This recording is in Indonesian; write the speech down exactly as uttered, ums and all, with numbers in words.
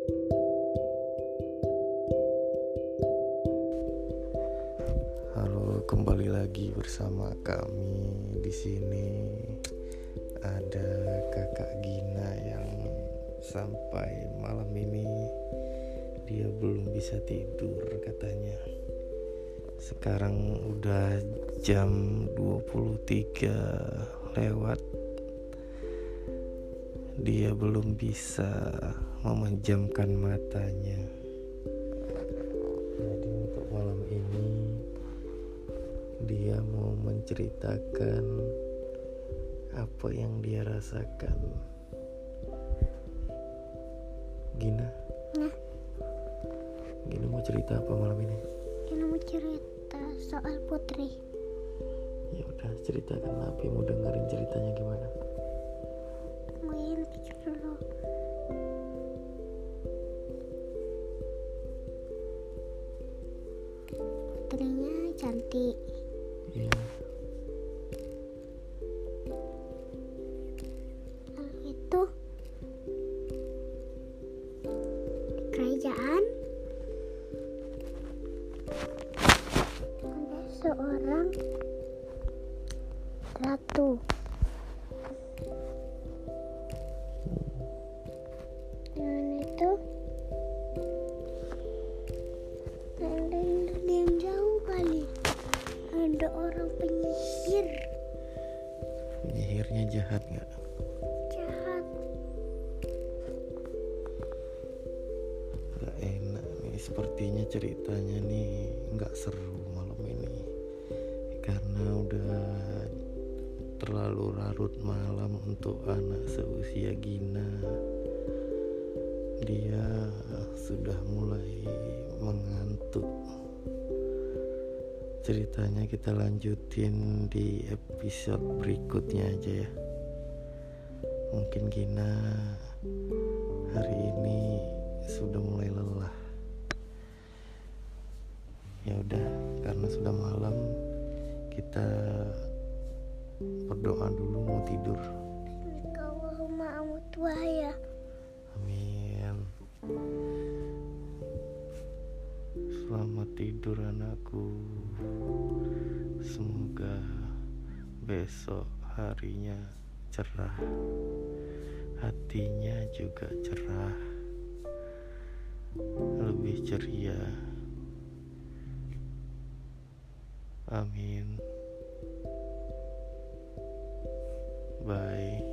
Halo, kembali lagi bersama kami di sini. Ada Kakak Gina yang sampai malam ini dia belum bisa tidur katanya. Sekarang udah jam dua puluh tiga lewat. Dia belum bisa memejamkan matanya. Jadi untuk malam ini dia mau menceritakan apa yang dia rasakan. Gina? Nah, Gina mau cerita apa malam ini? Gina mau cerita soal Putri. Ya udah, ceritakan. Abi mau dengerin ceritanya gimana? Mau yang pikir dulu. Putrinya cantik. Iya. Lalu itu di kerajaan ada seorang ratu. Dan itu ada yang jauh kali. Ada orang penyihir Penyihirnya jahat gak? jahat. Gak enak nih, sepertinya ceritanya nih gak seru malam ini. Karena udah terlalu larut malam untuk anak seusia Gina. Dia sudah mulai mengantuk. Ceritanya kita lanjutin di episode berikutnya aja ya. Mungkin Gina hari ini sudah mulai lelah. Ya udah, karena sudah malam, kita berdoa dulu mau tidur. Allahumma amutwahya. Amin. Selamat tidur anakku. Semoga besok harinya cerah, hatinya juga cerah, lebih ceria. Amin. Bye.